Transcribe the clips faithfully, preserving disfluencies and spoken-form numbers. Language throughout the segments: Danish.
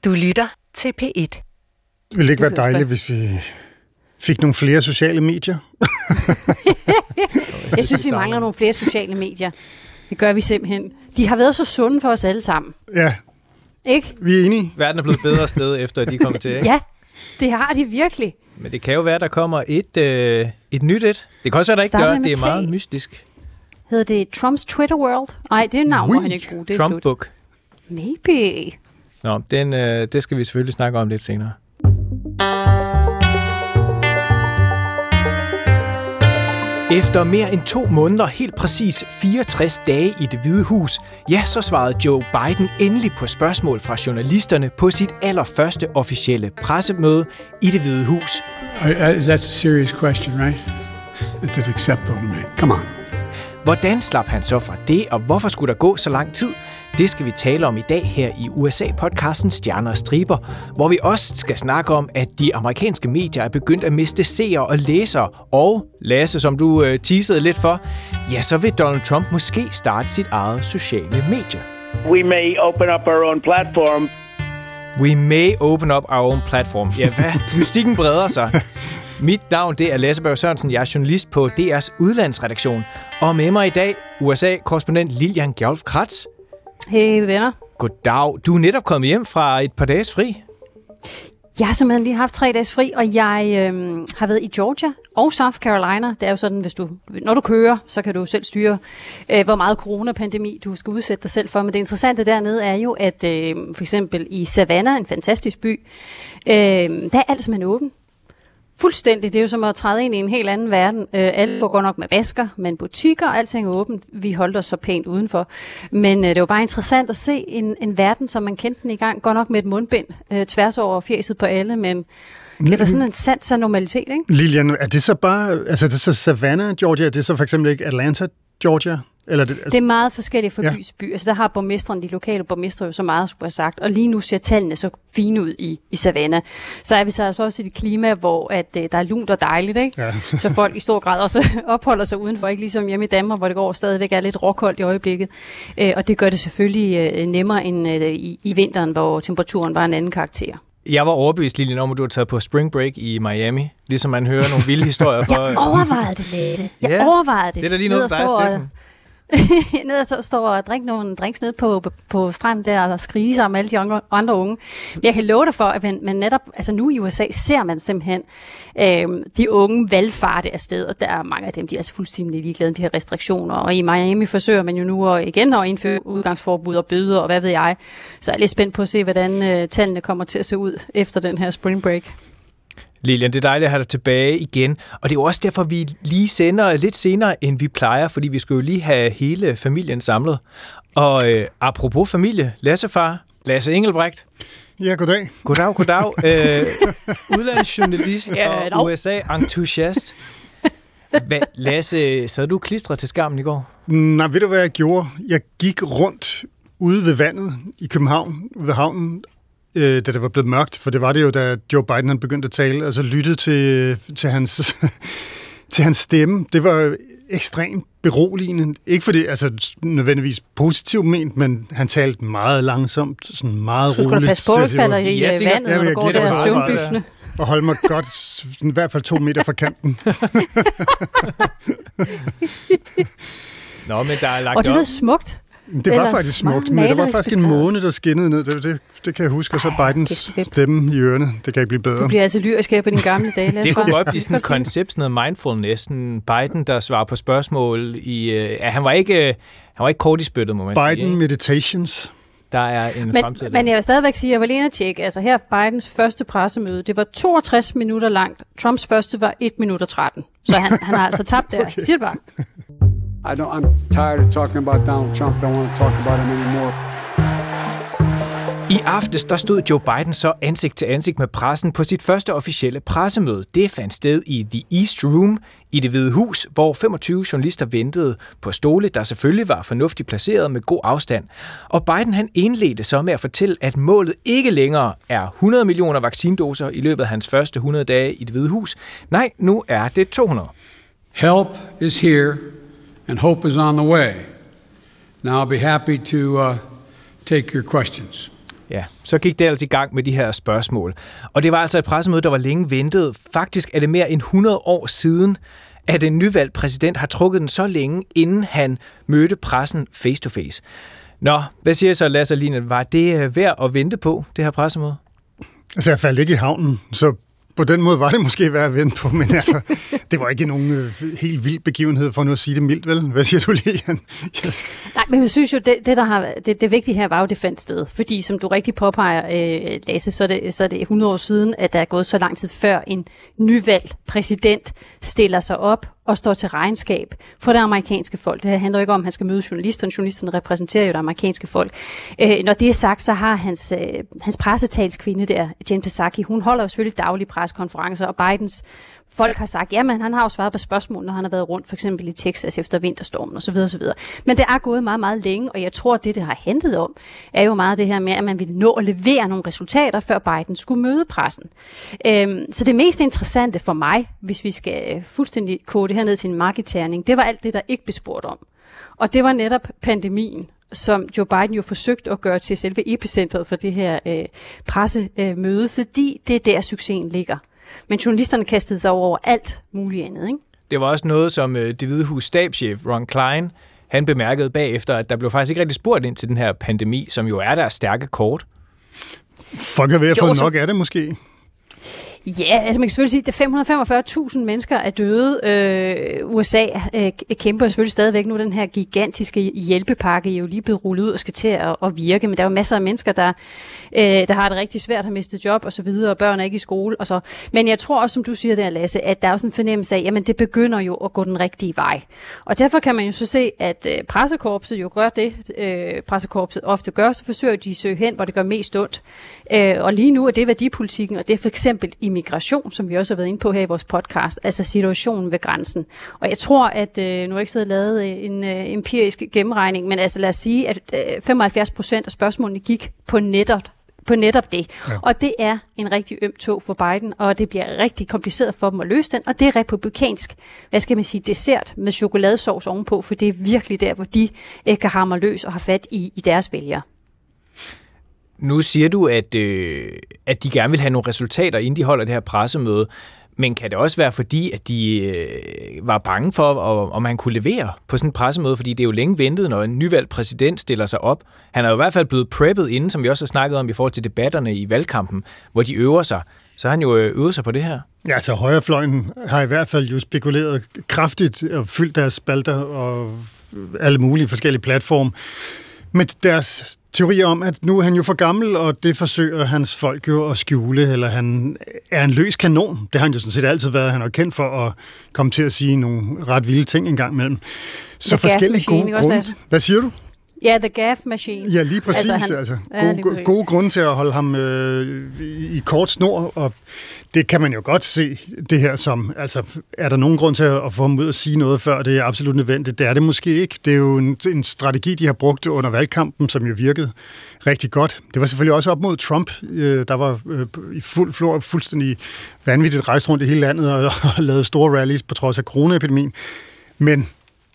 Du lytter til P et. Det ville ikke være dejligt, hvis vi fik nogle flere sociale medier? Jeg synes, vi mangler nogle flere sociale medier. Det gør vi simpelthen. De har været så sunde for os alle sammen. Ja. Ikke? Vi er enige. Verden er blevet bedre sted, efter at de kommer til, ikke? Ja, det har de virkelig. Men det kan jo være, der kommer et, øh, et nyt et. Det kan også være, der ikke gør. Det er meget mystisk. Hedder det Trumps Twitter World? Nej, det er et navn, oui. hvor han ikke bruger. Det er Trump slut. Book. Maybe. Nå, den, øh, det skal vi selvfølgelig snakke om lidt senere. Efter mere end to måneder, helt præcis fireogtres dage i Det Hvide Hus, ja, så svarede Joe Biden endelig på spørgsmål fra journalisterne på sit allerførste officielle pressemøde i Det Hvide Hus. That's a serious question, right? Is it acceptable to me? Come on. Hvordan slap han så fra det, og hvorfor skulle der gå så lang tid? Det skal vi tale om i dag her i U S A-podcasten Stjerner og Striber, hvor vi også skal snakke om, at de amerikanske medier er begyndt at miste seere og læsere. Og, Lasse, som du øh, teasede lidt for, ja, så vil Donald Trump måske starte sit eget sociale medie. We may open up our own platform. We may open up our own platform. Ja, hvad? Mystikken breder sig. Mit navn, det er Lasse Berg Sørensen. Jeg er journalist på D R's udlandsredaktion. Og med mig i dag, U S A-korrespondent Lilian Gjolf Kratz. Hey venner. Goddag. Du er netop kommet hjem fra et par dages fri. Jeg har simpelthen lige haft tre dages fri, og jeg øh, har været i Georgia og South Carolina. Det er jo sådan, hvis du, når du kører, så kan du selv styre, øh, hvor meget coronapandemi du skal udsætte dig selv for. Men det interessante dernede er jo, at øh, for eksempel i Savannah, en fantastisk by, øh, der er alt simpelthen åben. Fuldstændig. Det er jo som at træde ind i en helt anden verden. Øh, alle går godt nok med masker, men butikker og alting er åbent. Vi holdt os så pænt udenfor. Men øh, det var bare interessant at se en, en verden, som man kendte den i gang. Godt nok med et mundbind øh, tværs over fjeset på alle, men det var sådan en sans af normalitet, ikke? Lilian, er det så bare, altså det er så Savannah, Georgia, er det så for eksempel ikke Atlanta, Georgia? Eller det, altså... det er meget forskelligt fra ja. by til by. Altså der har borgmesteren, de lokale borgmestre jo så meget, skulle have sagt. Og lige nu ser tallene så fine ud i, i Savannah. Så er vi så altså også i et klima, hvor at, uh, der er lunt og dejligt, ikke? Ja. Så folk i stor grad også opholder sig udenfor. Ikke ligesom hjemme i Danmark, hvor det går stadigvæk er lidt råkoldt i øjeblikket. Uh, og det gør det selvfølgelig uh, nemmere end uh, i, i vinteren, hvor temperaturen var en anden karakter. Jeg var overbevist, Lilian, om at du har taget på spring break i Miami. Ligesom man hører nogle vilde historier fra... Jeg overvejede det lidt. Jeg ja, overvejede det. Det er da lige noget for dig, Steffen. ned og så står og drikke nogle drinks ned på, på stranden der og skrige sammen med alle de andre, andre unge. Jeg kan love dig for, at man, man netop, altså nu i U S A ser man simpelthen øh, de unge valgfarte afsted, og der er mange af dem, de er altså fuldstændig ligeglade med de her restriktioner, og i Miami forsøger man jo nu at, igen at indføre udgangsforbud og bøder, og hvad ved jeg. Så jeg er lidt spændt på at se, hvordan øh, tallene kommer til at se ud efter den her spring break. Lilian, det er dejligt at have dig tilbage igen, og det er jo også derfor, vi lige sender lidt senere, end vi plejer, fordi vi skal jo lige have hele familien samlet. Og øh, apropos familie, Lasse far, Lasse Engelbrecht. Ja, goddag. Goddag, goddag. øh, udlandsjournalist ja, og U S A-entusiast. Hvad, Lasse, sad du klistret til skærmen i går? Nej, ved du, hvad jeg gjorde? Jeg gik rundt ude ved vandet i København, ved havnen, da det var blevet mørkt, for det var det jo, da Joe Biden han begyndte at tale, altså lyttede til, til, hans, til hans stemme. Det var ekstremt beroligende. Ikke fordi, altså nødvendigvis positivt ment, men han talte meget langsomt, sådan meget roligt. Så skulle du passe på, at du falder i ja, vandet, når du går der søvndysende. Og holde mig godt, i hvert fald to meter fra kanten. Nå, men der er lagt og det var smukt. Det var Ellers faktisk smukt, men der var faktisk en måne, der skinnede ned. Det, det, det kan jeg huske, og så Bidens stemme i ørerne. Det kan ikke blive bedre. Du bliver altså lyrisk her på dine gamle dage. Det kunne godt blive sådan et koncept, sådan noget mindfulness. Biden, der svarer på spørgsmål i... Uh, han, var ikke, uh, han var ikke kort i spyttet, må man Biden sige. Biden Meditations. Der er en men, fremtid. Men jeg vil stadigvæk sige, at jeg var lige inde at tjekke. Altså her Bidens første pressemøde, det var toogtres minutter langt. Trumps første var et minut og tretten. Så han, han har altså tabt der. Okay. Siger det bare. I don't, I'm tired of talking about Donald Trump. Don't want to talk about him anymore. I aftes der stod Joe Biden så ansigt til ansigt med pressen på sit første officielle pressemøde. Det fandt sted i The East Room i Det Hvide Hus, hvor femogtyve journalister ventede på stole, der selvfølgelig var fornuftigt placeret med god afstand. Og Biden han indledte så med at fortælle, at målet ikke længere er hundrede millioner vaccinedoser i løbet af hans første hundrede dage i Det Hvide Hus. Nej, nu er det to hundrede. Help is here. And hope is on the way. Now I'll be happy to uh, take your questions. Ja, så gik det altså i gang med de her spørgsmål. Og det var altså et pressemøde, der var længe ventet. Faktisk er det mere end hundrede år siden, at en nyvalgt præsident har trukket den så længe, inden han mødte pressen face to face. Nå, hvad siger så, Lasse Line? Var det værd at vente på, det her pressemøde? Altså, jeg faldt ikke i havnen, så på den måde var det måske værd at vente på, men altså, det var ikke nogen øh, helt vild begivenhed, for nu at sige det mildt, vel? Hvad siger du, Lilian? Ja. Nej, men jeg synes jo, det, det, der har, det, det vigtige her var jo, det fandt sted. Fordi, som du rigtig påpeger, øh, Lasse, så er, det, så er det hundrede år siden, at der er gået så lang tid før en nyvalgt præsident stiller sig op og står til regnskab for det amerikanske folk. Det her handler ikke om, at han skal møde journalisterne. Journalisterne repræsenterer jo det amerikanske folk. Øh, når det er sagt, så har hans, øh, hans pressetalskvinde der, Jen Psaki, hun holder jo selvfølgelig daglige pressekonferencer, og Bidens folk har sagt, jamen han har jo svaret på spørgsmål, når han har været rundt, for eksempel i Texas efter vinterstormen osv. osv. Men det er gået meget, meget længe, og jeg tror, at det, det har handlet om, er jo meget det her med, at man ville nå at levere nogle resultater, før Biden skulle møde pressen. Øhm, så det mest interessante for mig, hvis vi skal fuldstændig kode det her ned til en markedterning, det var alt det, der ikke blev spurgt om. Og det var netop pandemien, som Joe Biden jo forsøgte at gøre til selve epicentret for det her øh, pressemøde, fordi det er der, succesen ligger. Men journalisterne kastede sig over alt muligt andet, ikke? Det var også noget, som øh, Det Hvide Hus stabschef Ron Klein, han bemærkede bagefter, at der blev faktisk ikke rigtig spurgt ind til den her pandemi, som jo er deres stærke kort. Folk er ved at få nok af det, måske. Ja, altså man kan selvfølgelig sige, at det er fem hundrede og femogfyrre tusind mennesker er døde. Øh, U S A øh, kæmper selvfølgelig stadigvæk nu. Den her gigantiske hjælpepakke er jo lige blevet rullet ud og skal til at, at virke, men der er jo masser af mennesker, der, øh, der har det rigtig svært, har mistet job og så videre, og børn er ikke i skole. Og så. Men jeg tror også, som du siger der, Lasse, at der er også en fornemmelse af, jamen det begynder jo at gå den rigtige vej. Og derfor kan man jo så se, at øh, pressekorpset jo gør det, øh, pressekorpset ofte gør, så forsøger de at søge hen, hvor det gør mest ondt. Øh, og lige nu er det værdipolitikken, og det er for eksempel i migration, som vi også har været inde på her i vores podcast, altså situationen ved grænsen. Og jeg tror, at øh, nu har jeg ikke siddet og lavet en øh, empirisk gennemregning, men altså lad os sige, at øh, femoghalvfjerds procent af spørgsmålene gik på netop, på netop det. Ja. Og det er en rigtig øm tog for Biden, og det bliver rigtig kompliceret for dem at løse den, og det er republikansk, hvad skal man sige, dessert med chokoladesauce ovenpå, for det er virkelig der, hvor de øh, kan hamre løs og have fat i, i deres vælgere. Nu siger du, at, øh, at de gerne vil have nogle resultater, inden de holder det her pressemøde. Men kan det også være fordi, at de øh, var bange for, om man kunne levere på sådan et pressemøde? Fordi det er jo længe ventet, når en nyvalgt præsident stiller sig op. Han er jo i hvert fald blevet preppet inden, som vi også har snakket om i forhold til debatterne i valgkampen, hvor de øver sig. Så har han jo øvet sig på det her. Ja, så højrefløjen har i hvert fald jo spekuleret kraftigt og fyldt deres spalter og alle mulige forskellige platforme med deres teorier om, at nu er han jo for gammel, og det forsøger hans folk jo at skjule, eller han er en løs kanon. Det har han jo sådan set altid været. Han er kendt for at komme til at sige nogle ret vilde ting en gang imellem. Så forskellige gode grunde. Hvad siger du? Ja, yeah, the gaff machine. Ja, lige præcis. Altså, han, altså, gode, ja, gode, gode grunde til at holde ham øh, i kort snor, og det kan man jo godt se, det her som, altså, er der nogen grund til at få ham ud og sige noget, før det er absolut nødvendigt? Det er det måske ikke. Det er jo en, en strategi, de har brugt under valgkampen, som jo virkede rigtig godt. Det var selvfølgelig også op mod Trump, øh, der var øh, i fuld flor, fuldstændig vanvittigt rejst rundt i hele landet og, og lavede store rallies på trods af coronaepidemien. Men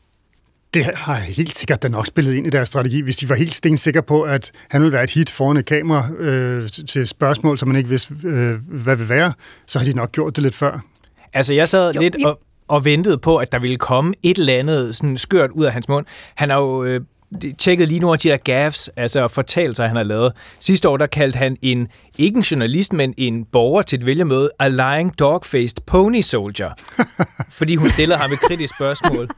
det har helt sikkert da nok spillet ind i deres strategi, hvis de var helt stensikre på, at han ville være et hit foran et kamera øh, til spørgsmål, som man ikke vidste, øh, hvad vil være, så har de nok gjort det lidt før. Altså, jeg sad jo, lidt og, og ventede på, at der ville komme et eller andet sådan skørt ud af hans mund. Han har jo øh, tjekket lige nogle af de der gaffes, altså fortalelser, han har lavet. Sidste år, der kaldte han en, ikke en journalist, men en borger til et vælgermøde, a lying dog-faced pony soldier. Fordi hun stillede ham et kritisk spørgsmål.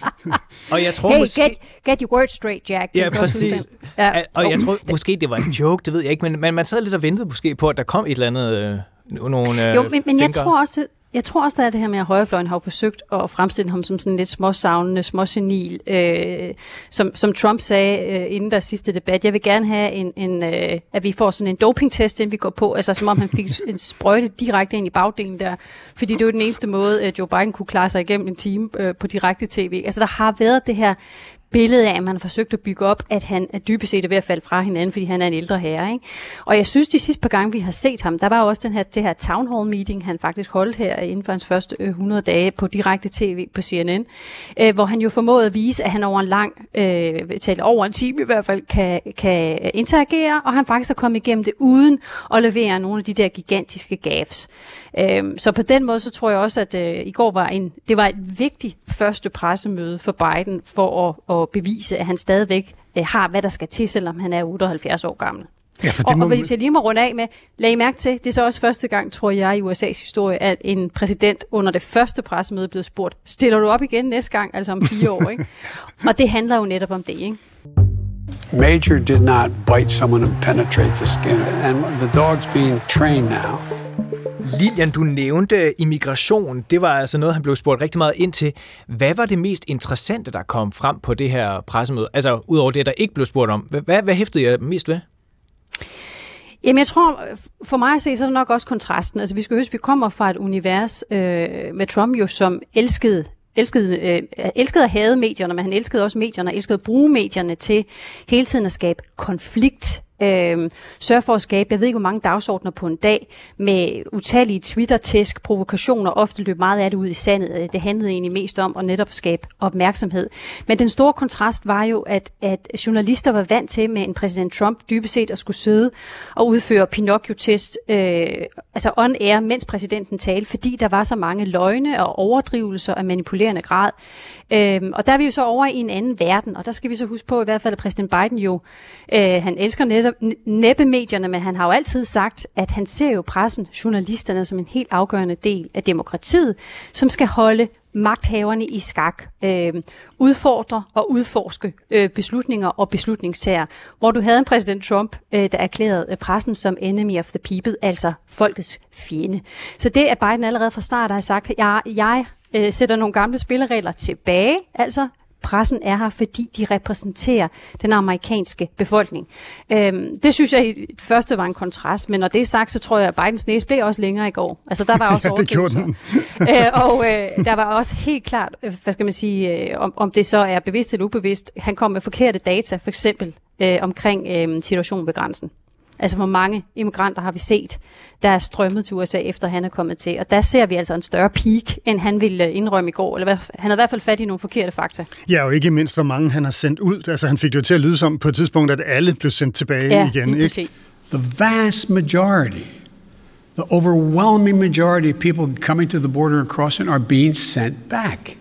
Og jeg tror hey, måske... get, get your words straight, Jack. Ja, præcis. Ja. Og jeg tror måske, det var en joke, det ved jeg ikke, men, men man sad lidt og ventede måske på, at der kom et eller andet... Øh, nogle, jo, men, men jeg tror også... Jeg tror også, der er det her med, at højrefløjen har forsøgt at fremstille ham som sådan lidt småsavnende, småsenil. Øh, som, som Trump sagde øh, inden der sidste debat, jeg vil gerne have, en, en, øh, at vi får sådan en dopingtest, inden vi går på. Altså som om han fik en sprøjte direkte ind i bagdelen der. Fordi det var den eneste måde, at Joe Biden kunne klare sig igennem en time øh, på direkte tv. Altså der har været det her billede af, at man har forsøgt at bygge op, at han er dybest set er ved at falde fra hinanden, fordi han er en ældre herre. Ikke? Og jeg synes, de sidste par gange, vi har set ham, der var jo også den her, det her town hall meeting, han faktisk holdt her inden for hans første hundrede dage på direkte tv på C N N, øh, hvor han jo formåede at vise, at han over en lang, øh, tale over en time i hvert fald, kan, kan interagere, og han faktisk er kommet igennem det uden at levere nogle af de der gigantiske gaffes. Øh, så på den måde, så tror jeg også, at øh, i går var en, det var et vigtigt første pressemøde for Biden for at, at bevise, at han stadigvæk øh, har, hvad der skal til, selvom han er otteoghalvfjerds år gammel. Ja, for det og, må... og hvis jeg lige må runde af med, lag I mærke til, det er så også første gang, tror jeg, i U S A's historie, at en præsident under det første pressemøde blev spurgt, stiller du op igen næste gang, altså om fire år, ikke? Og det handler jo netop om det, ikke? Major did not bite someone and penetrate the skin, and the dog's being trained now. Lilian, du nævnte immigration. Det var altså noget, han blev spurgt rigtig meget ind til. Hvad var det mest interessante, der kom frem på det her pressemøde? Altså, udover det, der ikke blev spurgt om. Hvad, hvad hæftede jeg mest ved? Jamen, jeg tror, for mig at se, så er det nok også kontrasten. Altså, vi skal huske, vi kommer fra et univers øh, med Trump jo, som elskede elskede, øh, elskede at hade medierne, men han elskede også medierne og elskede at bruge medierne til hele tiden at skabe konflikt. Øh, sørge for at skabe, jeg ved ikke hvor mange dagsordner på en dag, med utallige Twitter-tæsk, provokationer, ofte løb meget af det ud i sandet. Det handlede egentlig mest om at netop skabe opmærksomhed. Men den store kontrast var jo, at, at journalister var vant til med en præsident Trump dybest set at skulle sidde og udføre Pinocchio-test, øh, altså on-air, mens præsidenten talte, fordi der var så mange løgne og overdrivelser af manipulerende grad. Øh, og der er vi jo så over i en anden verden, og der skal vi så huske på i hvert fald, at præsident Biden jo, øh, han elsker netop næppe medierne, men han har jo altid sagt, at han ser jo pressen, journalisterne, som en helt afgørende del af demokratiet, som skal holde magthaverne i skak, øh, udfordre og udforske øh, beslutninger og beslutningstager. Hvor du havde en præsident Trump, øh, der erklærede pressen som enemy of the people, altså folkets fjende. Så det, at Biden allerede fra start har sagt, at jeg, jeg øh, sætter nogle gamle spilleregler tilbage, altså pressen er her, fordi de repræsenterer den amerikanske befolkning. Øhm, det synes jeg i det første var en kontrast, men når det er sagt, så tror jeg, at Bidens næse blev også længere i går. Altså der var også ja, det gjorde den. øh, og øh, der var også helt klart, øh, hvad skal man sige, øh, om, om det så er bevidst eller ubevidst, han kom med forkerte data, for eksempel øh, omkring øh, situationen ved grænsen. Altså hvor mange immigranter har vi set, der er strømmet til U S A, efter han er kommet til. Og der ser vi altså en større peak, end han ville indrømme i går. Eller han havde i hvert fald fat i nogle forkerte fakta. Ja, og ikke mindst, hvor mange han har sendt ud. Altså han fik det jo til at lyde som på et tidspunkt, at alle blev sendt tilbage ja, igen. Ikke? The vast majority, the overwhelming majority of people coming to the border and crossing are being sent back.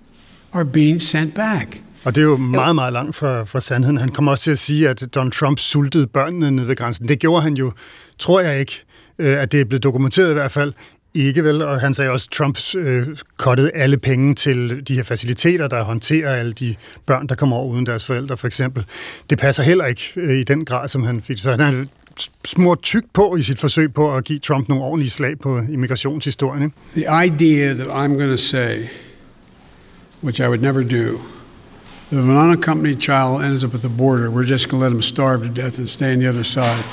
Are being sent back. Og det er jo meget, meget langt fra, fra sandheden. Han kommer også til at sige, at Donald Trump sultede børnene nede ved grænsen. Det gjorde han jo, tror jeg ikke, at det er blevet dokumenteret i hvert fald. Ikke vel, og han sagde også, at Trump øh, kottede alle penge til de her faciliteter, der håndterer alle de børn, der kommer over uden deres forældre, for eksempel. Det passer heller ikke øh, i den grad, som han fik. Så han har smurt tyk på i sit forsøg på at give Trump nogle ordentlige slag på immigrationshistorien. The idea that I'm going to say, which I would never do, if an unaccompanied child ends up at the border, we're just going to let him starve to death and stay on the other side.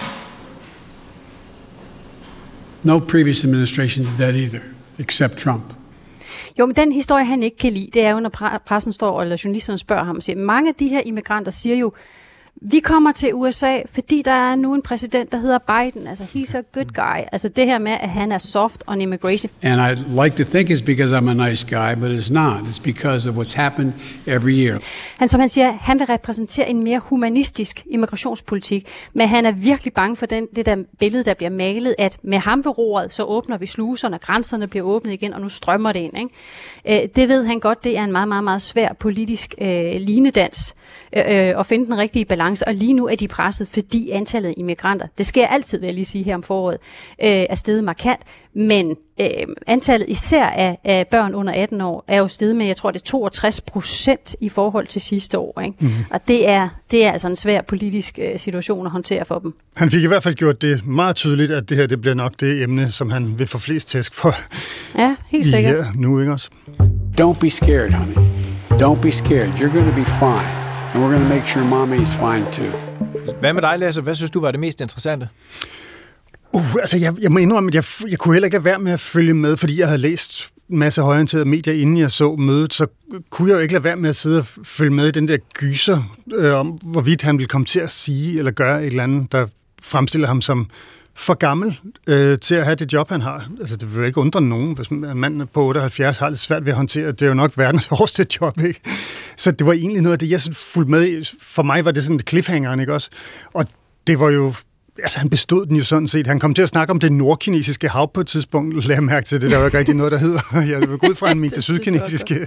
No previous administration did that either, except Trump. Jo, men den historie, han ikke kan lide, det er jo, når pressen står, eller journalisterne spørger ham og siger, mange af de her immigranter siger jo, vi kommer til U S A, fordi der er nu en præsident, der hedder Biden. Altså, he's a good guy. Altså, det her med, at han er soft on immigration. And I'd like to think it's because I'm a nice guy, but it's not. It's because of what's happened every year. Han, som han siger, han vil repræsentere en mere humanistisk immigrationspolitik, men han er virkelig bange for den, det der billede, der bliver malet, at med ham ved roret, så åbner vi sluserne, grænserne bliver åbnet igen, og nu strømmer det ind. Ikke? Det ved han godt, det er en meget, meget, meget svær politisk øh, linedans øh, at finde den rigtige balance, og lige nu er de presset, fordi antallet af immigranter, det sker altid, vil jeg lige sige her om foråret, øh, er steget markant, men øh, antallet især af, af børn under atten år er jo steget med, jeg tror det er toogtres procent i forhold til sidste år, ikke? Mm-hmm. Og det er, det er altså en svær politisk øh, situation at håndtere for dem. Han fik i hvert fald gjort det meget tydeligt, at det her det bliver nok det emne, som han vil få flest tæsk for. Ja, helt sikkert. Ja, nu ikke også? Don't be scared, honey. Don't be scared. You're going to be fine. And we're going to make sure mommy is fine too. Hvad med dig, Lasse? Hvad synes du var det mest interessante? Uh, altså, jeg, jeg må indrømme, at jeg, jeg kunne heller ikke lade være med at følge med, fordi jeg havde læst masse højorienterede medier, inden jeg så mødet, så kunne jeg jo ikke lade være med at sidde og følge med i den der gyser, øh, om hvorvidt han ville komme til at sige eller gøre et eller andet, der fremstiller ham som for gammel øh, til at have det job, han har. Altså, det vil jo ikke undre nogen, hvis en mand på otteoghalvfjerds har lidt svært ved at håndtere. Det er jo nok verdens hårdeste job, ikke? Så det var egentlig noget af det, jeg fulgte med i. For mig var det sådan et cliffhangeren, ikke også? Og det var jo... Altså, han bestod den jo sådan set. Han kom til at snakke om det nordkinesiske hav på et tidspunkt. Lad jeg mærke til det. Der var ikke rigtig noget, der hedder. Jeg vil gå ud fra, han mente det sydkinesiske.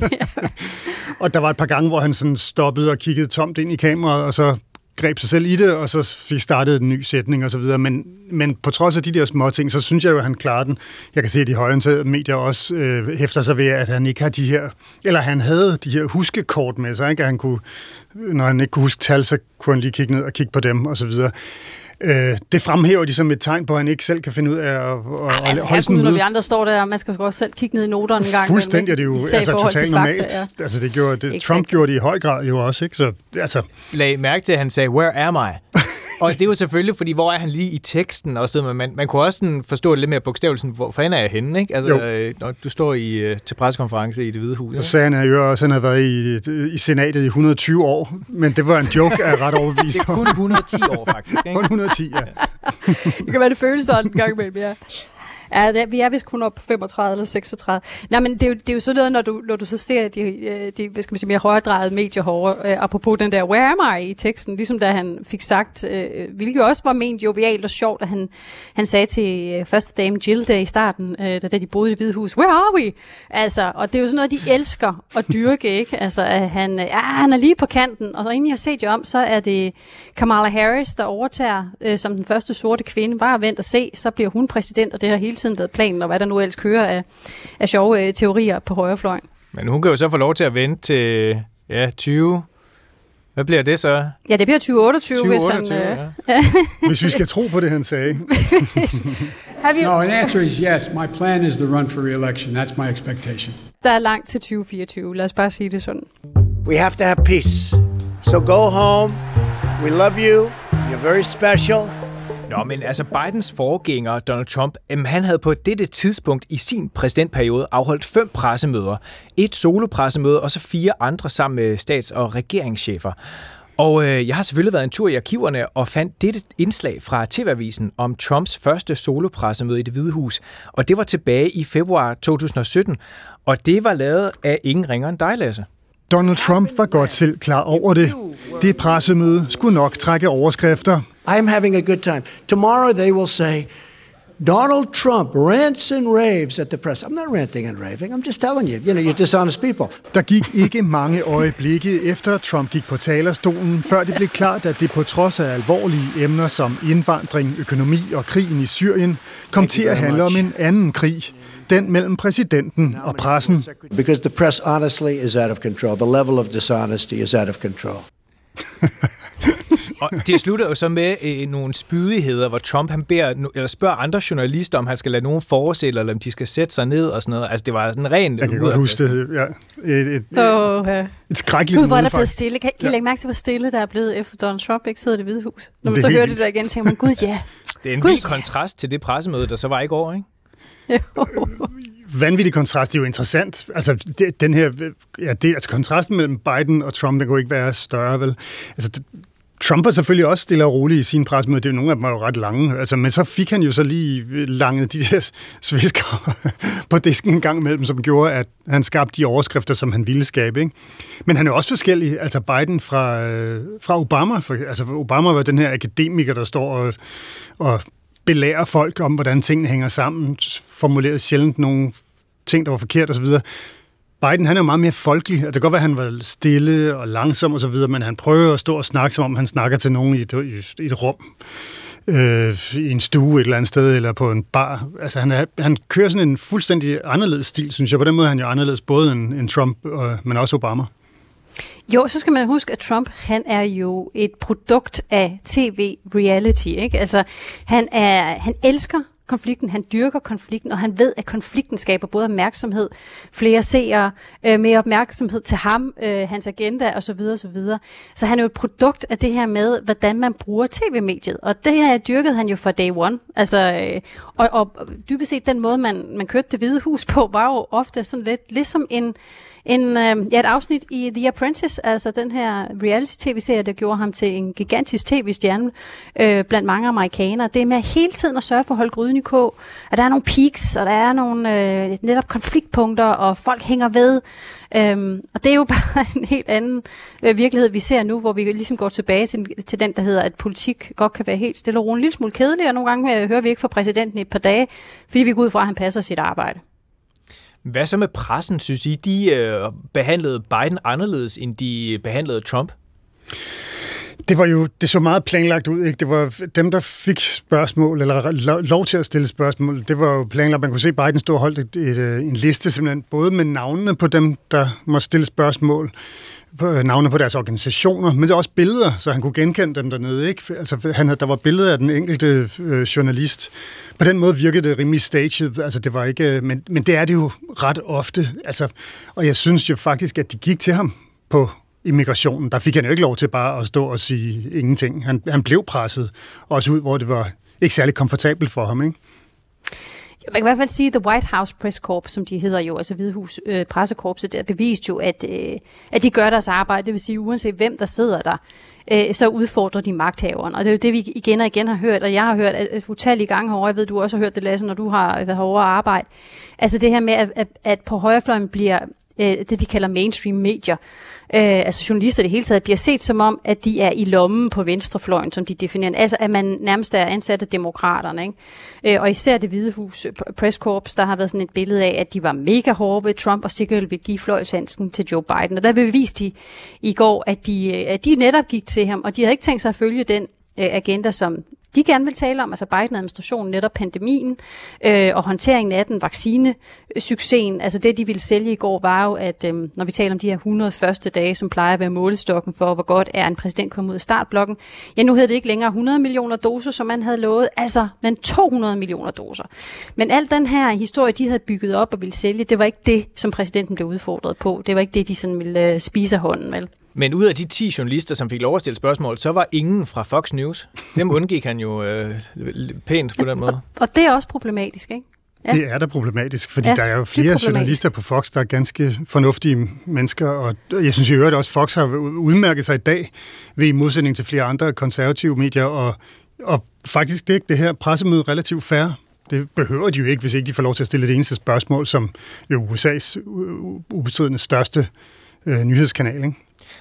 Og der var et par gange, hvor han sådan stoppede og kiggede tomt ind i kameraet, og så greb sig selv i det, og så fik startet en ny sætning og så videre. Men, men på trods af de der små ting, så synes jeg jo, at han klarer den. Jeg kan se, at de højorienterede medier også øh, hæfter sig ved, at han ikke har de her, eller han havde de her huskekort med sig, ikke? At han kunne, når han ikke kunne huske tal, så kunne han lige kigge ned og kigge på dem og så videre. Øh, det fremhæver de som et tegn på, at han ikke selv kan finde ud af at, at altså, holde sådan en når vi andre står der, man skal også selv kigge ned i noterne en gang. Fuldstændig er det jo altså, totalt normalt. Fakta, ja. Altså, det gjorde, det, Trump gjorde det i høj grad jo også, ikke? Så, altså. Lag mærke til, at han sagde, where am I? Og det er jo selvfølgelig, fordi hvor er han lige i teksten? Og så, man, man kunne også sådan forstå det lidt mere bogstavelsen, hvor fanden er jeg henne? Ikke? Altså, øh, når du står i, til pressekonference i Det Hvide Hus. Så sagde han jo også, at han havde været i, i senatet i et hundrede og tyve år, men det var en joke, er ret overbevist. Det er kun et hundrede og ti år, faktisk. Ikke? Kun et hundrede og ti, ja. Det kan være, det føles sådan en gang imellem, ja. Ja, det, vi er vist kun op på femogtredive eller seksogtredive. Nej, men det er jo, det er jo sådan noget, når du, når du så ser de, de hvad skal man sige, mere højredrejede medier hårdere, øh, apropos den der, where am I i teksten, ligesom da han fik sagt, øh, hvilket jo også var ment jovialt og sjovt, at han, han sagde til øh, første dame Jill der i starten, øh, da, da de boede i Det Hvide Hus, where are we? Altså, og det er jo sådan noget, de elsker at dyrke, ikke? Altså, at han, ja, han er lige på kanten, og så inden jeg har set jer om, så er det Kamala Harris, der overtager øh, som den første sorte kvinde. Bare vent og se, så bliver hun præsident, og det har hele tiden været planen, og hvad der nu ellers kører af, af sjove øh, teorier på højrefløjen. Men hun kan jo så få lov til at vente til ja, tyve. Hvad bliver det så? Ja, det bliver tyve otteogtyve, hvis han... Øh... Ja. Hvis vi skal tro på det, han sagde. Have you... No, the answer is yes. My plan is to run for re-election. That's my expectation. Der er langt til tyve fireogtyve. Lad os bare sige det sådan. We have to have peace. So go home. We love you. You're very special. Nå, men altså Bidens forgænger, Donald Trump, øhm, han havde på dette tidspunkt i sin præsidentperiode afholdt fem pressemøder. Et solopressemøde og så fire andre sammen med stats- og regeringschefer. Og øh, jeg har selvfølgelig været en tur i arkiverne og fandt dette indslag fra T V-avisen om Trumps første solopressemøde i Det Hvide Hus. Og det var tilbage i februar to tusind og sytten, og det var lavet af ingen ringere end dig, Lasse. Donald Trump var godt selv klar over det. Det pressemøde skulle nok trække overskrifter. I'm having a good time. Tomorrow they will say, Donald Trump rants and raves at the press. I'm not ranting and raving. I'm just telling you, you know, you're dishonest people. Der gik ikke mange øjeblikke efter Trump gik på talerstolen, før det blev klart, at det på trods af alvorlige emner som indvandring, økonomi og krigen i Syrien, kom til at handle om en anden krig. Den mellem præsidenten og pressen. Because the press honestly is out of control. The level of dishonesty is out of control. Og det slutter jo så med øh, nogle spydigheder, hvor Trump han beder, eller spørger andre journalister, om han skal lade nogen forestille, eller om de skal sætte sig ned og sådan noget. Altså, det var sådan ren... Jeg kan godt huske det, ja. Et, et, oh, ja. et skrækkeligt Gud, hvor er der møde, blevet stille. Kan, kan ja. I lægge mærke til, hvor stille der er blevet, efter Donald Trump ikke sidder i Det Hvide Hus? Når man det så hører det der igen, tænker man, gud ja. Det er en gud, vild kontrast til det pressemøde, der så var i går, ikke? Vanvittig kontrast, det er jo interessant. Altså, det, den her, ja, det, altså kontrasten mellem Biden og Trump, det kunne ikke være større, vel? Altså, det, Trump var selvfølgelig også stille og rolig i sin pressemøde. Det er jo nogle af dem var jo ret lange. Altså, men så fik han jo så lige langet de der svisker på disken en gang imellem, som gjorde, at han skabte de overskrifter, som han ville skabe. Ikke? Men han er jo også forskellig. Altså Biden fra, fra Obama. For, altså Obama var den her akademiker, der står og, og belærer folk om, hvordan tingene hænger sammen. Formulerede sjældent nogle ting, der var forkert osv. Biden, han er jo meget mere folkelig. Det kan godt være, at han var stille og langsom og så videre, men han prøver at stå og snakke, som om han snakker til nogen i et, i et rum, øh, i en stue et eller andet sted, eller på en bar. Altså, han, er, han kører sådan en fuldstændig anderledes stil, synes jeg. På den måde er han jo anderledes, både end, end Trump, og, men også Obama. Jo, så skal man huske, at Trump, han er jo et produkt af tv-reality, ikke? Altså, han, er, han elsker konflikten, han dyrker konflikten, og han ved, at konflikten skaber både opmærksomhed, flere seere, øh, mere opmærksomhed til ham, øh, hans agenda osv. osv. Så han er jo et produkt af det her med, hvordan man bruger tv-mediet, og det her dyrkede han jo fra day one. Altså, øh, og, og dybest set den måde, man, man kørte Det Hvide Hus på, var jo ofte sådan lidt ligesom en En, øh, ja, et afsnit i The Apprentice, altså den her reality-tv-serie, der gjorde ham til en gigantisk tv-stjerne øh, blandt mange amerikanere. Det er med hele tiden at sørge for at holde gryden i kog, at der er nogle peaks, og der er nogle øh, netop konfliktpunkter, og folk hænger ved. Øhm, og det er jo bare en helt anden øh, virkelighed, vi ser nu, hvor vi ligesom går tilbage til, til den, der hedder, at politik godt kan være helt stille og roligt, en lille smule kedelig, og nogle gange øh, hører vi ikke fra præsidenten i et par dage, fordi vi går ud fra, at han passer sit arbejde. Hvad så med pressen, synes I? De øh, behandlede Biden anderledes, end de behandlede Trump? Det var jo, det så meget planlagt ud, ikke? Det var dem, der fik spørgsmål, eller lov til at stille spørgsmål. Det var jo planlagt. Man kunne se, Biden stod og holdt et, et, en liste, simpelthen, både med navnene på dem, der må stille spørgsmål, på, navne på deres organisationer, men det er også billeder, så han kunne genkende dem dernede, ikke? Altså, han, der var billeder af den enkelte øh, journalist. På den måde virkede det rimelig staged, altså det var ikke, men, men det er det jo ret ofte, altså, og jeg synes jo faktisk, at de gik til ham på immigrationen. Der fik han jo ikke lov til bare at stå og sige ingenting. Han, han blev presset, også ud, hvor det var ikke særlig komfortabelt for ham, ikke? Man kan i hvert fald sige, at The White House Press Corps, som de hedder jo, altså Hvide Hus øh, pressekorpset, der bevist jo, at, øh, at de gør deres arbejde. Det vil sige, uanset hvem der sidder der, øh, så udfordrer de magthaveren. Og det er jo det, vi igen og igen har hørt, og jeg har hørt at, at utallige gange herovre. Jeg ved, du også har hørt det, Lasse, når du har været herovre og arbejde. Altså det her med, at, at, at på højrefløjen bliver øh, det, de kalder mainstream medier, Øh, altså journalister det hele taget, bliver set som om, at de er i lommen på venstrefløjen, som de definerer. Altså at man nærmest er ansat af demokraterne, ikke? Øh, og især Det Hvide Hus Press Corps, der har været sådan et billede af, at de var mega hårde ved Trump, og sikkert vil give fløjlshandsken til Joe Biden. Og der beviste de i går, at de, at de netop gik til ham, og de havde ikke tænkt sig at følge den øh, agenda, som de gerne vil tale om, altså Biden-administrationen, netop pandemien øh, og håndteringen af den, vaccinesuccesen. Altså det, de ville sælge i går, var jo, at øh, når vi taler om de her hundrede første dage, som plejer at være målestokken for, hvor godt er en præsident kommet ud af startblokken, ja, nu hedder det ikke længere hundrede millioner doser, som man havde lovet, altså men to hundrede millioner doser. Men al den her historie, de havde bygget op og ville sælge, det var ikke det, som præsidenten blev udfordret på. Det var ikke det, de sådan ville øh, spise af hånden, vel? Men ud af de ti journalister, som fik lov at stille spørgsmål, så var ingen fra Fox News. Dem undgik han jo øh, pænt på den måde. Og, og det er også problematisk, ikke? Ja. Det er da problematisk, fordi ja, der er jo flere er journalister på Fox, der er ganske fornuftige mennesker, og jeg synes i øvrigt også, at Fox har udmærket sig i dag ved i modsætning til flere andre konservative medier, og, og faktisk det er det her pressemøde relativt fair. Det behøver de jo ikke, hvis ikke de får lov til at stille det eneste spørgsmål, som jo U S A's ubestridende største øh, nyhedskanal, ikke?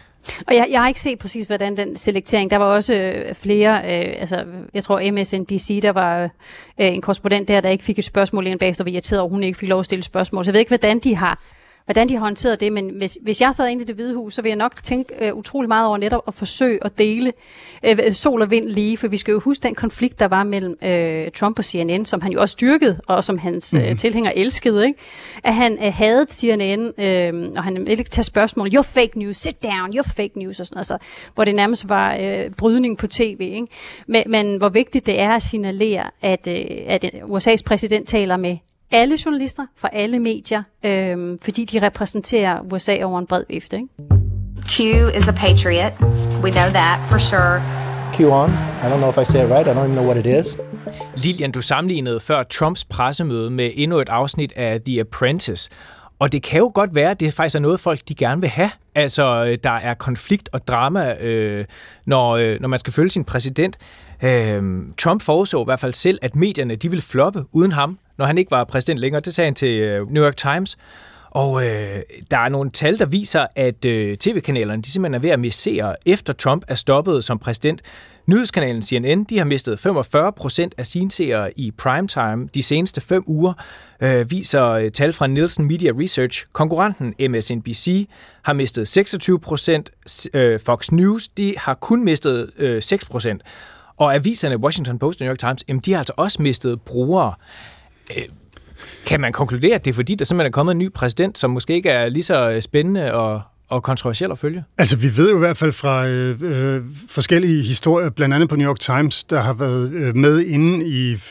Og jeg, jeg har ikke set præcis, hvordan den selektering, der var også øh, flere, øh, altså jeg tror M S N B C, der var øh, en korrespondent der, der ikke fik et spørgsmål ind bagefter, var irriteret over, hun ikke fik lov at stille spørgsmål. Så jeg ved ikke, hvordan de har hvordan de har håndteret det, men hvis, hvis jeg sad inde i Det Hvide Hus, så vil jeg nok tænke øh, utrolig meget over netop at forsøge at dele øh, sol og vind lige, for vi skal jo huske den konflikt, der var mellem øh, Trump og C N N, som han jo også styrkede, og som hans mm-hmm. øh, tilhængere elskede, ikke? At han øh, hadede C N N, øh, og han ville ikke tage spørgsmål, you're fake news, sit down, you're fake news, og sådan altså, hvor det nærmest var øh, brydning på tv, ikke? Men, men hvor vigtigt det er at signalere, at, øh, at U S A's præsident taler med alle journalister fra alle medier, øhm, fordi de repræsenterer U S A over en bred vifte, ikke? Q is a patriot. We know that for sure. QAnon. I don't know if I say it right. I don't even know what it is. Lilian, du sammenlignede før Trumps pressemøde med endnu et afsnit af The Apprentice. Og det kan jo godt være, at det faktisk er noget, folk de gerne vil have. Altså, der er konflikt og drama, øh, når, øh, når man skal følge sin præsident. Øh, Trump forudså i hvert fald selv, at medierne de ville floppe uden ham, når han ikke var præsident længere. Det sagde han til øh, New York Times. Og øh, der er nogle tal, der viser, at øh, tv-kanalerne de simpelthen er ved at missere, efter Trump er stoppet som præsident. Nyhedskanalen C N N de har mistet femogfyrre procent af sine seere i primetime de seneste fem uger, øh, viser tal fra Nielsen Media Research. Konkurrenten M S N B C har mistet seksogtyve procent, øh, Fox News de har kun mistet øh, seks procent. Og aviserne Washington Post og New York Times, jamen, de har altså også mistet brugere. Øh, kan man konkludere, at det er fordi, der simpelthen er kommet en ny præsident, som måske ikke er lige så spændende og, og kontroversiel at følge? Altså, vi ved jo i hvert fald fra øh, øh, forskellige historier, blandt andet på New York Times, der har været øh, med inde i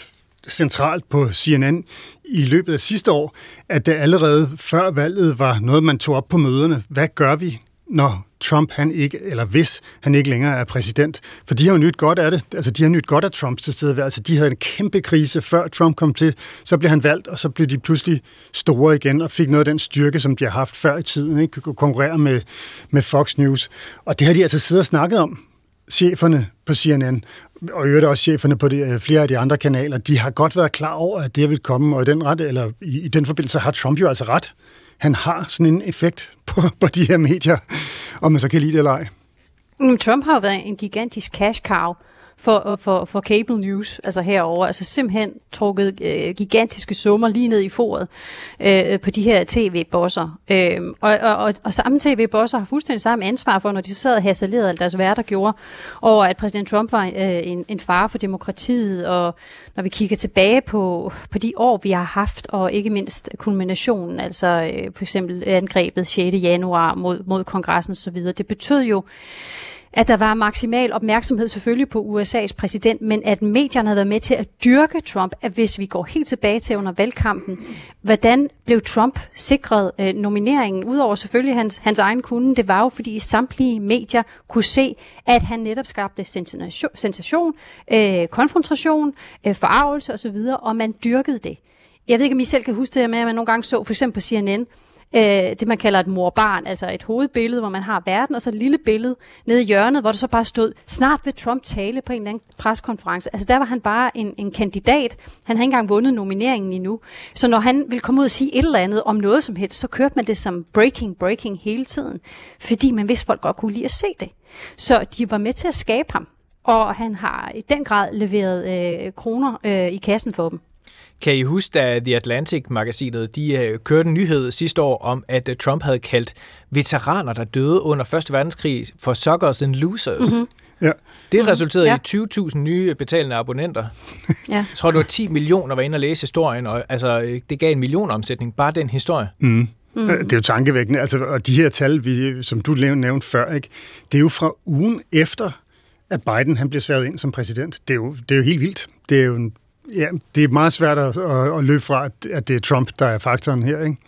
centralt på C N N i løbet af sidste år, at det allerede før valget var noget, man tog op på møderne. Hvad gør vi, når Trump, han ikke, eller hvis han ikke længere er præsident? For de har jo nyt godt af det. Altså, de har nyt godt af Trumps tilstedeværelse. De havde en kæmpe krise, før Trump kom til. Så blev han valgt, og så blev de pludselig store igen, og fik noget af den styrke, som de har haft før i tiden, ikke? Kunne konkurrere med, med Fox News. Og det har de altså siddet og snakket om, cheferne på C N N, og i øvrigt også cheferne på de, flere af de andre kanaler. De har godt været klar over, at det vil komme, og i den, ret, eller i, i den forbindelse har Trump jo altså ret. Han har sådan en effekt på, på de her medier, om man så kan lide det eller ej. Trump har jo været en gigantisk cash cow for, for, for cable news, altså herover, altså simpelthen trukket øh, gigantiske summer lige ned i foret øh, på de her tv-bosser. Øh, og, og, og, og samme tv-bosser har fuldstændig samme ansvar for, når de sad og hassalerede alt deres værter gjorde, over at præsident Trump var øh, en, en fare for demokratiet, og når vi kigger tilbage på, på de år, vi har haft, og ikke mindst kulminationen, altså øh, for eksempel angrebet sjette januar mod, mod kongressen osv., det betød jo, at der var maksimal opmærksomhed selvfølgelig på U S A's præsident, men at medierne havde været med til at dyrke Trump, at hvis vi går helt tilbage til under valgkampen, hvordan blev Trump sikret øh, nomineringen, udover selvfølgelig hans, hans egen kunde? Det var jo, fordi samtlige medier kunne se, at han netop skabte sensation, sensation øh, konfrontation, øh, forarvelse osv., og man dyrkede det. Jeg ved ikke, om I selv kan huske det med, at man nogle gange så for eksempel på C N N, det man kalder et mor-barn, altså et hovedbillede, hvor man har verden, og så et lille billede nede i hjørnet, hvor der så bare stod, snart vil Trump tale på en eller anden pressekonference. Altså der var han bare en, en kandidat. Han havde ikke engang vundet nomineringen endnu. Så når han ville komme ud og sige et eller andet om noget som helst, så kørte man det som breaking, breaking hele tiden. Fordi man vidste, folk godt kunne lide at se det. Så de var med til at skabe ham, og han har i den grad leveret øh, kroner øh, i kassen for dem. Kan I huske, da The Atlantic-magasinet de uh, kørte en nyhed sidste år om, at uh, Trump havde kaldt veteraner, der døde under første verdenskrig, for suckers and losers? Mm-hmm. Ja. Det resulterede ja. i tyve tusind nye betalende abonnenter. Ja. Jeg tror, det var ti millioner, var inde og læse historien, og altså, det gav en millionomsætning, bare den historie. Mm. Mm. Det er jo tankevækkende. Altså, og de her tal, vi, som du nævnte før, ikke, det er jo fra ugen efter, at Biden han blev sværet ind som præsident. Det er jo, det er jo helt vildt. Det er jo en Ja, det er meget svært at, at løbe fra, at det er Trump, der er faktoren her, ikke?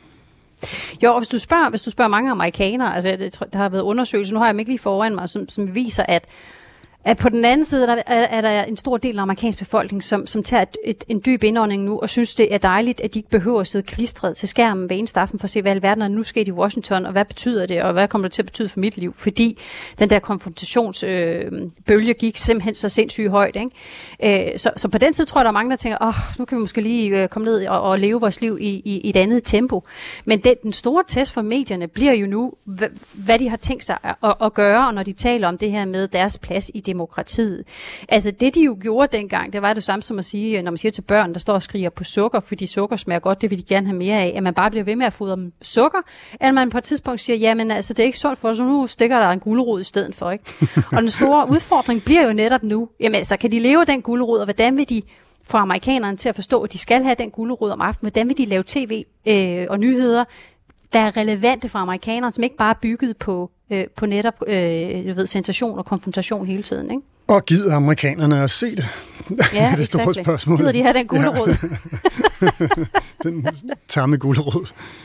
Jo, og hvis du spørger, hvis du spørger mange amerikanere, altså det, der har været undersøgelser, nu har jeg dem ikke lige foran mig, som, som viser, at at på den anden side der er, er der en stor del af amerikansk befolkning, som, som tager et, et, en dyb indånding nu, og synes, det er dejligt, at de ikke behøver at sidde klistret til skærmen hver eneste aften for at se, hvad alverden er nu sket i Washington, og hvad betyder det, og hvad kommer det til at betyde for mit liv? Fordi den der konfrontationsbølge øh, gik simpelthen så sindssygt højt, ikke? Øh, så, så på den side tror jeg, der er mange, der tænker, åh, oh, nu kan vi måske lige øh, komme ned og, og leve vores liv i, i, i et andet tempo. Men det, den store test for medierne bliver jo nu, hvad, hvad de har tænkt sig at, at gøre, når de taler om det her med deres plads i demokratiet. Altså det, de jo gjorde dengang, det var det samme som at sige, når man siger til børn, der står og skriger på sukker, fordi sukker smager godt, det vil de gerne have mere af, at man bare bliver ved med at fodre dem sukker, eller man på et tidspunkt siger, jamen altså det er ikke sundt for os, så nu stikker der en gulerod i stedet for, ikke? Og den store udfordring bliver jo netop nu, jamen altså kan de leve af den gulerod, og hvordan vil de få amerikanerne til at forstå, at de skal have den gulerod om aftenen, hvordan vil de lave tv øh, og nyheder, der er relevante for amerikanerne, som ikke bare er bygget på, øh, på netop øh, jeg ved, sensation og konfrontation hele tiden, ikke? Og gider amerikanerne at se det? Ja, er det store exactly. spørgsmål. Gider de have den gulerod? Ja. Den tamme gulerod.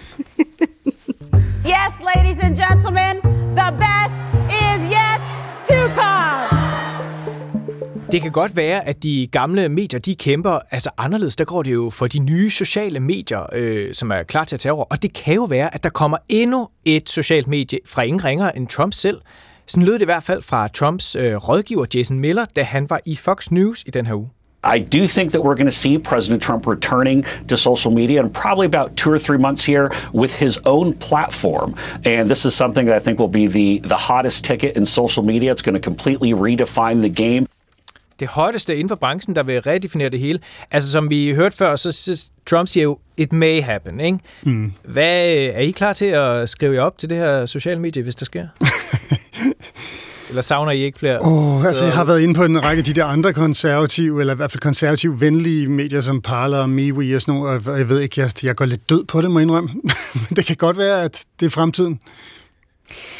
Yes, ladies and gentlemen, the best is yet to come. Det kan godt være, at de gamle medier, de kæmper altså anderledes. Der går det jo for de nye sociale medier, øh, som er klar til at tage over. Og det kan jo være, at der kommer endnu et socialt medie fra ingen ringere end Trump selv. Sådan lød det i hvert fald fra Trumps øh, rådgiver Jason Miller, da han var i Fox News i den her uge. I do think that we're going to see President Trump returning to social media in probably about two or three months here with his own platform. And this is something that I think will be the, the hottest ticket in social media. It's going to completely redefine the game. Det hotteste inden for branchen, der vil redefinere det hele. Altså som vi hørte før, så, så Trump siger jo, it may happen, ikke? Mm. Hvad, er I klar til at skrive jer op til det her sociale medie, hvis der sker? Eller savner I ikke flere? Oh, altså, jeg har været inde på en række af de der andre konservative, eller i hvert fald konservative venlige medier, som Parler og MeWe og sådan noget, og jeg ved ikke, jeg, jeg går lidt død på det, må jeg indrømme. Men det kan godt være, at det er fremtiden.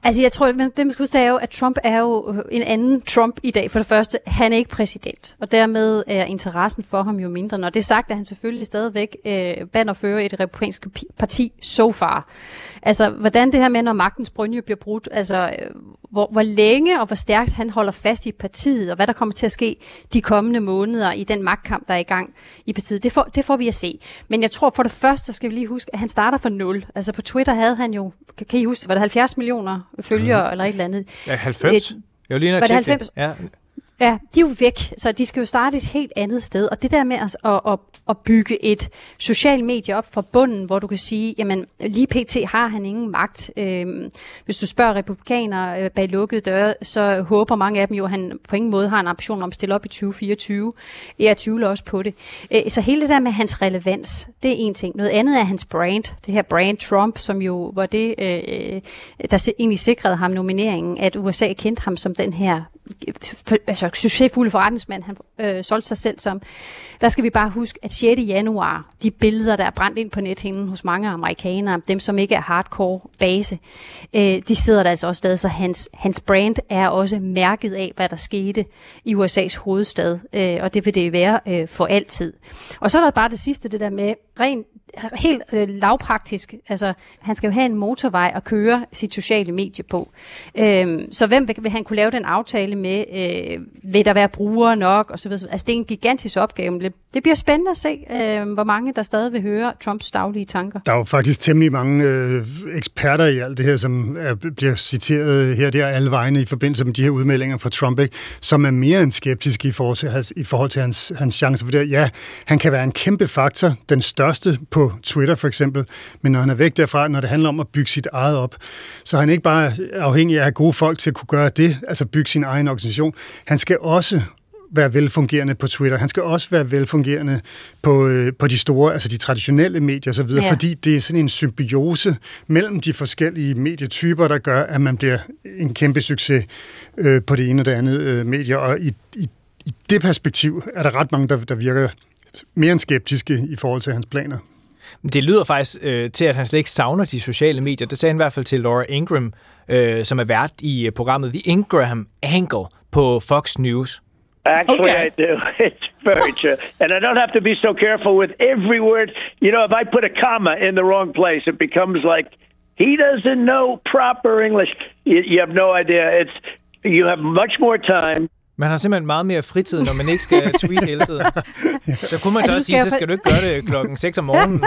Altså, jeg tror, det man skal huske, er jo, at Trump er jo en anden Trump i dag. For det første, han er ikke præsident, og dermed er interessen for ham jo mindre. Når det er sagt, at han selvfølgelig stadigvæk øh, bannerfører i det republikanske parti so far. Altså, hvordan det her med, når magtens brynje bliver brudt, altså, hvor, hvor længe og hvor stærkt han holder fast i partiet, og hvad der kommer til at ske de kommende måneder i den magtkamp, der er i gang i partiet, det får, det får vi at se. Men jeg tror, for det første skal vi lige huske, at han starter fra nul. Altså, på Twitter havde han jo, kan I huske, var det halvfjerds millioner følgere, mm. eller et eller andet? Ja, halvfems. Et, jeg vil lige var det halvfems? Ja. Ja, de er jo væk, så de skal jo starte et helt andet sted. Og det der med at, at, at, at bygge et social medie op fra bunden, hvor du kan sige, jamen lige pt. Har han ingen magt. Øhm, hvis du spørger republikanere bag lukkede døre, så håber mange af dem jo, at han på ingen måde har en ambition om at stille op i tyve fireogtyve. Jeg tvivler også på det. Så hele det der med hans relevans, det er en ting. Noget andet er hans brand. Det her brand Trump, som jo var det, der egentlig sikrede ham nomineringen, at U S A kendte ham som den her altså succesfulde forretningsmand, han øh, solgte sig selv som. Der skal vi bare huske, at sjette januar, de billeder, der er brændt ind på nethinden hos mange amerikanere, dem som ikke er hardcore base, øh, de sidder der altså også stadig, så hans, hans brand er også mærket af, hvad der skete i U S A's hovedstad, øh, og det vil det være øh, for altid. Og så er der bare det sidste, det der med rent helt øh, lavpraktisk, altså han skal jo have en motorvej at køre sit sociale medie på. Øhm, så hvem vil, vil han kunne lave den aftale med? Øh, vil der være brugere nok? Og så videre. Altså det er en gigantisk opgave. Det, det bliver spændende at se, øh, hvor mange der stadig vil høre Trumps daglige tanker. Der er jo faktisk temmelig mange øh, eksperter i alt det her, som er, bliver citeret her og der alle vegne i forbindelse med de her udmeldinger fra Trump, ikke? Som er mere end skeptiske i forhold til, i forhold til hans, hans chancer for det. Ja, han kan være en kæmpe faktor, den største på Twitter for eksempel, men når han er væk derfra, når det handler om at bygge sit eget op, så er han ikke bare afhængig af gode folk til at kunne gøre det, altså bygge sin egen organisation. Han skal også være velfungerende på Twitter. Han skal også være velfungerende på, øh, på de store, altså de traditionelle medier og så videre, ja. Fordi det er sådan en symbiose mellem de forskellige medietyper, der gør, at man bliver en kæmpe succes øh, på det ene og det andet øh, medie. Og i, i, i det perspektiv er der ret mange, der, der virker mere end skeptiske i forhold til hans planer. Det lyder faktisk øh, til, at han slet ikke savner de sociale medier. Det sagde han i hvert fald til Laura Ingraham, øh, som er vært i programmet The Ingraham Angle på Fox News. Actually, okay. I do. It's very true. And I don't have to be so careful with every word. You know, if I put a comma in the wrong place, it becomes like, he doesn't know proper English. You, you have no idea. It's you have much more time. Man har simpelthen meget mere fritid, når man ikke skal tweete hele tiden. Så kunne man altså, også sige, så skal du ikke gøre det klokken seks om morgenen.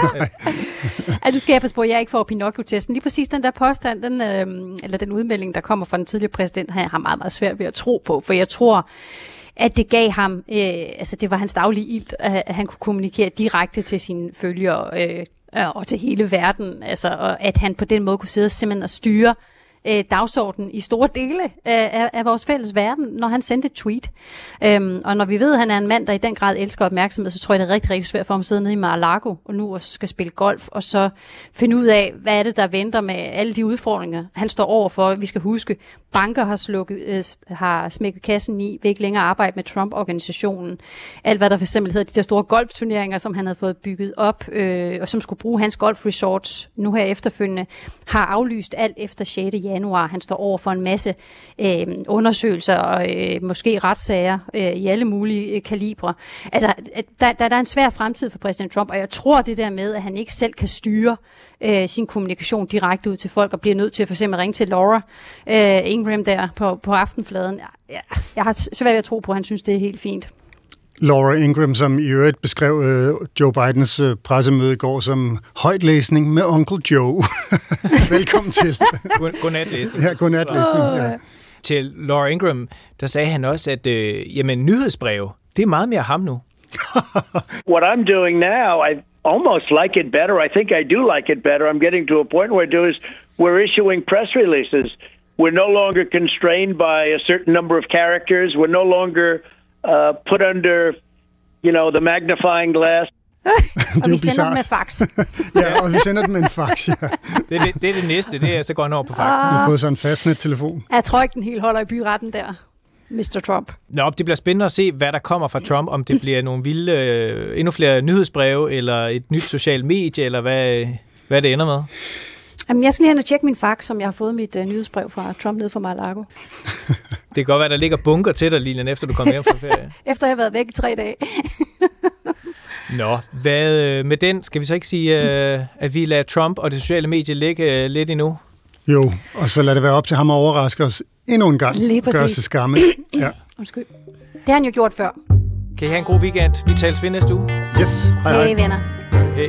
Altså, du skal jeg passe på, at jeg ikke får Pinocchio-testen. Lige præcis den der påstand, den, øh, eller den udmelding, der kommer fra den tidligere præsident, har jeg har meget, meget svært ved at tro på. For jeg tror, at det gav ham, øh, altså det var hans daglige ilt, at, at han kunne kommunikere direkte til sine følgere øh, og til hele verden. Altså, og at han på den måde kunne sidde simpelthen og styre øh, dagsordenen i store dele af, af vores fælles verden, når han sendte et tweet. Øhm, og når vi ved, at han er en mand, der i den grad elsker opmærksomhed, så tror jeg, det er rigtig, rigtig svært for ham at sidde nede i Mar-a-Lago og nu og så skal spille golf, og så finde ud af, hvad er det, der venter med alle de udfordringer, han står over for. Vi skal huske, banker har, slukket, øh, har smækket kassen i, vil ikke længere arbejde med Trump-organisationen. Alt, hvad der for eksempel hedder de der store golfturneringer, som han havde fået bygget op, øh, og som skulle bruge hans golfresorts nu her efterfølgende, har aflyst alt efter sjette januar. Han står over for en masse øh, undersøgelser og øh, måske retssager øh, i alle mulige øh, kalibre. Altså, der, der, der er en svær fremtid for præsident Trump, og jeg tror det der med, at han ikke selv kan styre øh, sin kommunikation direkte ud til folk, og bliver nødt til at for eksempel ringe til Laura øh, Ingraham der på, på aftenfladen. Jeg, jeg har svært ved at tro på, at han synes, det er helt fint. Laura Ingraham, som i øvrigt beskrev øh, Joe Bidens øh, pressemøde i går som højtlæsning med Onkel Joe. Velkommen til. Godnatlæsning. Ja, godnatlæsning, ja. Til Laura Ingraham, der sagde han også, at øh, jamen, nyhedsbreve, det er meget mere ham nu. What I'm doing now, I almost like it better. I think I do like it better. I'm getting to a point where I do is we're issuing press releases. We're no longer constrained by a certain number of characters. We're no longer uh, put under, you know, the magnifying glass. Og vi sender dem med fax. Ja, og vi sender dem med en fax, ja. Det er det, det, er det næste, det er så går han over på fax. Ah. Vi har fået sådan en fastnet-telefon. Jeg tror ikke, den helt holder i byretten der, mister Trump. Nå, det bliver spændende at se, hvad der kommer fra Trump, om det bliver nogle vilde, øh, endnu flere nyhedsbreve, eller et nyt socialt medie, eller hvad, hvad det ender med. Jamen, jeg skal lige hen og tjekke min fax, som jeg har fået mit uh, nyhedsbrev fra Trump nede fra Mar-a-Lago. Det kan godt være, der ligger bunker til dig, Lilian, efter du kommer hjem fra ferie. Efter jeg har været væk i tre dage. Nå, hvad med den? Skal vi så ikke sige, uh, at vi lader Trump og det sociale medie ligge uh, lidt endnu? Jo, og så lad det være op til ham at overraske os endnu en gang. Lige præcis. Gør os til skamme. Ja. Undskyld. Det har han jo gjort før. Kan I have en god weekend? Vi tales ved næste uge. Yes. Hej, hej. Hey, venner. Hey.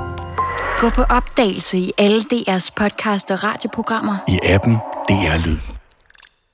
Gå på opdagelse i alle D R's podcast og radioprogrammer. I appen D R Lyd.